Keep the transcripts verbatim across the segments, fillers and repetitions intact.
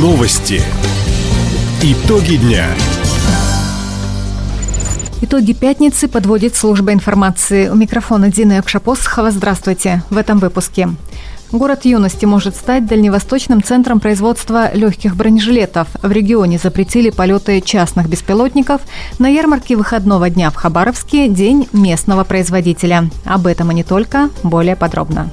Новости. Итоги дня. Итоги пятницы подводит служба информации. У микрофона Дина Якшапосхова. Здравствуйте. В этом выпуске. Город юности может стать дальневосточным центром производства легких бронежилетов. В регионе запретили полеты частных беспилотников. На ярмарке выходного дня в Хабаровске – день местного производителя. Об этом и не только. Более подробно.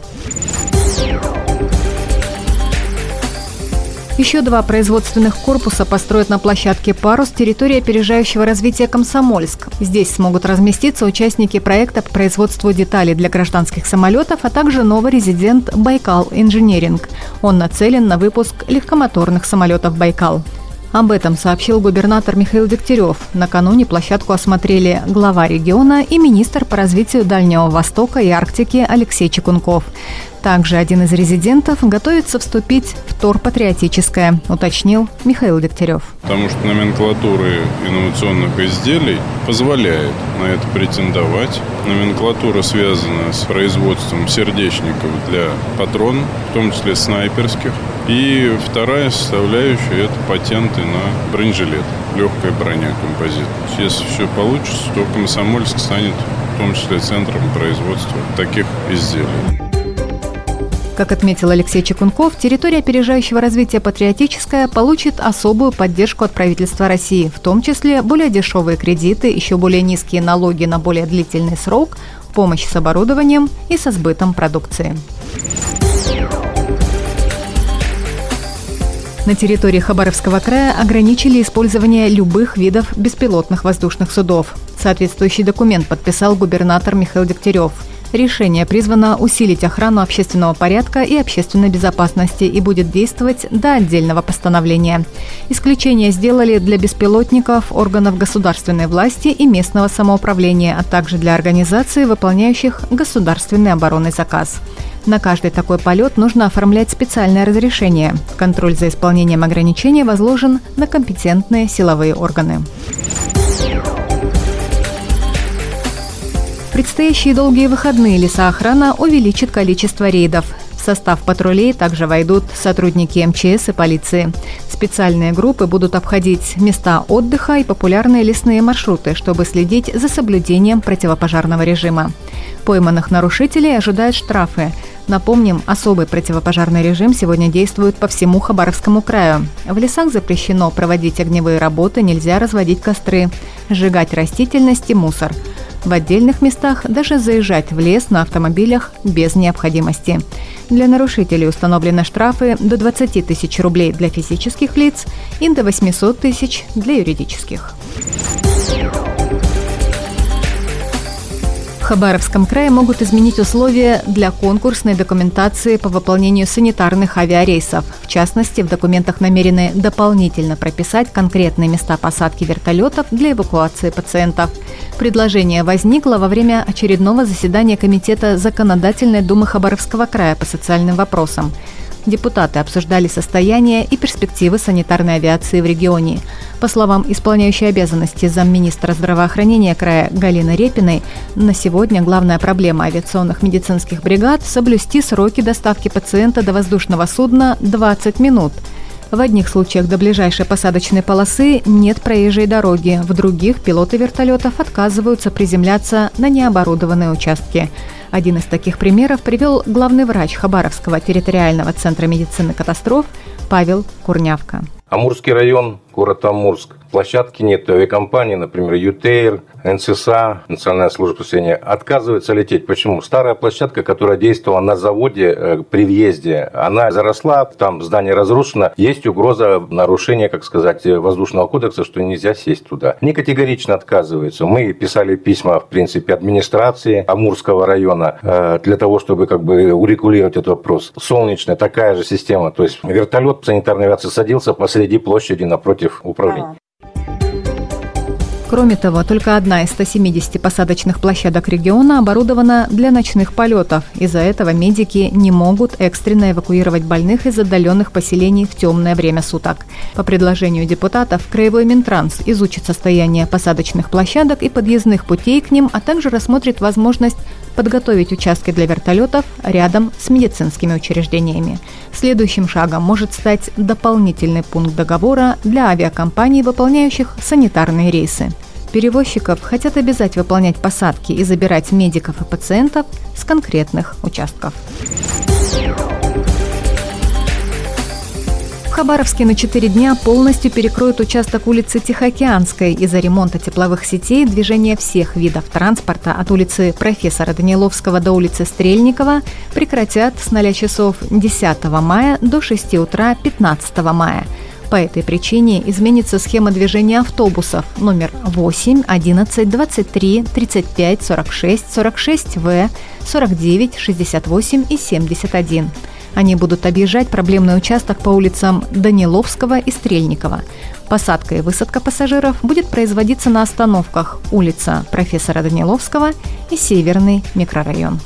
Еще два производственных корпуса построят на площадке «Парус» территории опережающего развития «Комсомольск». Здесь смогут разместиться участники проекта по производству деталей для гражданских самолетов, а также новый резидент «Байкал Инжиниринг». Он нацелен на выпуск легкомоторных самолетов «Байкал». Об этом сообщил губернатор Михаил Дегтярев. Накануне площадку осмотрели глава региона и министр по развитию Дальнего Востока и Арктики Алексей Чекунков. Также один из резидентов готовится вступить в торпатриотическое, уточнил Михаил Дегтярев. Потому что номенклатура инновационных изделий позволяет на это претендовать. Номенклатура связана с производством сердечников для патронов, в том числе снайперских. И вторая составляющая – это патенты на бронежилет, легкая броня композит. Если все получится, то Комсомольск станет в том числе центром производства таких изделий. Как отметил Алексей Чекунков, территория опережающего развития «Патриотическая» получит особую поддержку от правительства России, в том числе более дешевые кредиты, еще более низкие налоги на более длительный срок, помощь с оборудованием и со сбытом продукции. На территории Хабаровского края ограничили использование любых видов беспилотных воздушных судов. Соответствующий документ подписал губернатор Михаил Дегтярев. Решение призвано усилить охрану общественного порядка и общественной безопасности и будет действовать до отдельного постановления. Исключение сделали для беспилотников, органов государственной власти и местного самоуправления, а также для организаций, выполняющих государственный оборонный заказ. На каждый такой полет нужно оформлять специальное разрешение. Контроль за исполнением ограничений возложен на компетентные силовые органы. В предстоящие долгие выходные лесоохрана увеличит количество рейдов. В состав патрулей также войдут сотрудники эм че эс и полиции. Специальные группы будут обходить места отдыха и популярные лесные маршруты, чтобы следить за соблюдением противопожарного режима. Пойманных нарушителей ожидают штрафы. Напомним, особый противопожарный режим сегодня действует по всему Хабаровскому краю. В лесах запрещено проводить огневые работы, нельзя разводить костры, сжигать растительность и мусор. В отдельных местах даже заезжать в лес на автомобилях без необходимости. Для нарушителей установлены штрафы до двадцати тысяч рублей для физических лиц и до восьмисот тысяч для юридических. В Хабаровском крае могут изменить условия для конкурсной документации по выполнению санитарных авиарейсов. В частности, в документах намерены дополнительно прописать конкретные места посадки вертолетов для эвакуации пациентов. Предложение возникло во время очередного заседания Комитета Законодательной Думы Хабаровского края по социальным вопросам. Депутаты обсуждали состояние и перспективы санитарной авиации в регионе. По словам исполняющей обязанности замминистра здравоохранения края Галины Репиной, на сегодня главная проблема авиационных медицинских бригад – соблюсти сроки доставки пациента до воздушного судна двадцать минут. В одних случаях до ближайшей посадочной полосы нет проезжей дороги, в других пилоты вертолетов отказываются приземляться на необорудованные участки. Один из таких примеров привел главный врач Хабаровского территориального центра медицины катастроф Павел Курнявка. Амурский район, город Амурск. Площадки нет, авиакомпании, например, ЮТЭЙР, эн эс эс а, Национальная служба спасения, отказывается лететь. Почему? Старая площадка, которая действовала на заводе э, при въезде, она заросла, там здание разрушено, есть угроза нарушения, как сказать, воздушного кодекса, что нельзя сесть туда. Они категорично отказываются. Мы писали письма, в принципе, администрации Амурского района э, для того, чтобы как бы урегулировать этот вопрос. Солнечная такая же система, то есть вертолет санитарной авиации садился посреди площади напротив управления. Кроме того, только одна из ста семидесяти посадочных площадок региона оборудована для ночных полетов. Из-за этого медики не могут экстренно эвакуировать больных из отдаленных поселений в темное время суток. По предложению депутатов, Краевой Минтранс изучит состояние посадочных площадок и подъездных путей к ним, а также рассмотрит возможность подготовить участки для вертолетов рядом с медицинскими учреждениями. Следующим шагом может стать дополнительный пункт договора для авиакомпаний, выполняющих санитарные рейсы. Перевозчиков хотят обязать выполнять посадки и забирать медиков и пациентов с конкретных участков. В Хабаровске на четыре дня полностью перекроют участок улицы Тихоокеанской. Из-за ремонта тепловых сетей движение всех видов транспорта от улицы Профессора Даниловского до улицы Стрельникова прекратят с ноля часов десятого мая до шести утра пятнадцатого мая. По этой причине изменится схема движения автобусов номер восемь, одиннадцать, двадцать три, тридцать пять, сорок шесть, сорок шесть вэ, сорок девять, шестьдесят восемь и семьдесят один. Они будут объезжать проблемный участок по улицам Даниловского и Стрельникова. Посадка и высадка пассажиров будет производиться на остановках улица Профессора Даниловского и Северный микрорайон.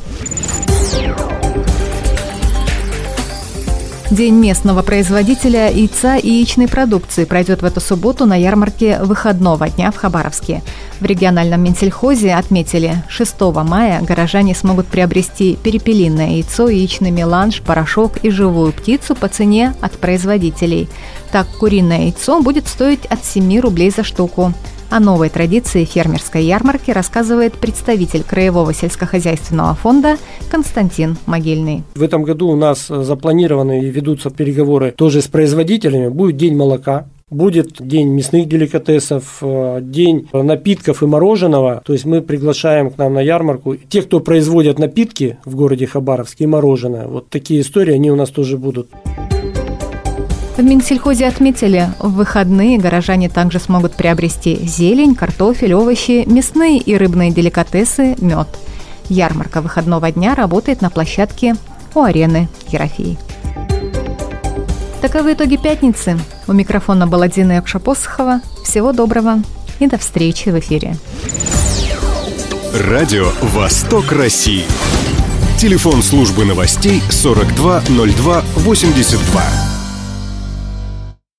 День местного производителя яйца и яичной продукции пройдет в эту субботу на ярмарке выходного дня в Хабаровске. В региональном Минсельхозе отметили, шестого мая горожане смогут приобрести перепелиное яйцо, яичный меланж, порошок и живую птицу по цене от производителей. Так, куриное яйцо будет стоить от семи рублей за штуку. О новой традиции фермерской ярмарки рассказывает представитель Краевого сельскохозяйственного фонда Константин Могильный. В этом году у нас запланированы и ведутся переговоры тоже с производителями. Будет день молока, будет день мясных деликатесов, день напитков и мороженого. То есть мы приглашаем к нам на ярмарку тех, кто производят напитки в городе Хабаровске и мороженое. Вот такие истории, они у нас тоже будут. В Минсельхозе отметили, в выходные горожане также смогут приобрести зелень, картофель, овощи, мясные и рыбные деликатесы, мед. Ярмарка выходного дня работает на площадке у арены Ерофеи. Таковы итоги пятницы. У микрофона была Дина Якшапосхова. Всего доброго и до встречи в эфире. Радио «Восток России». Телефон службы новостей сорок два ноль два восемьдесят два.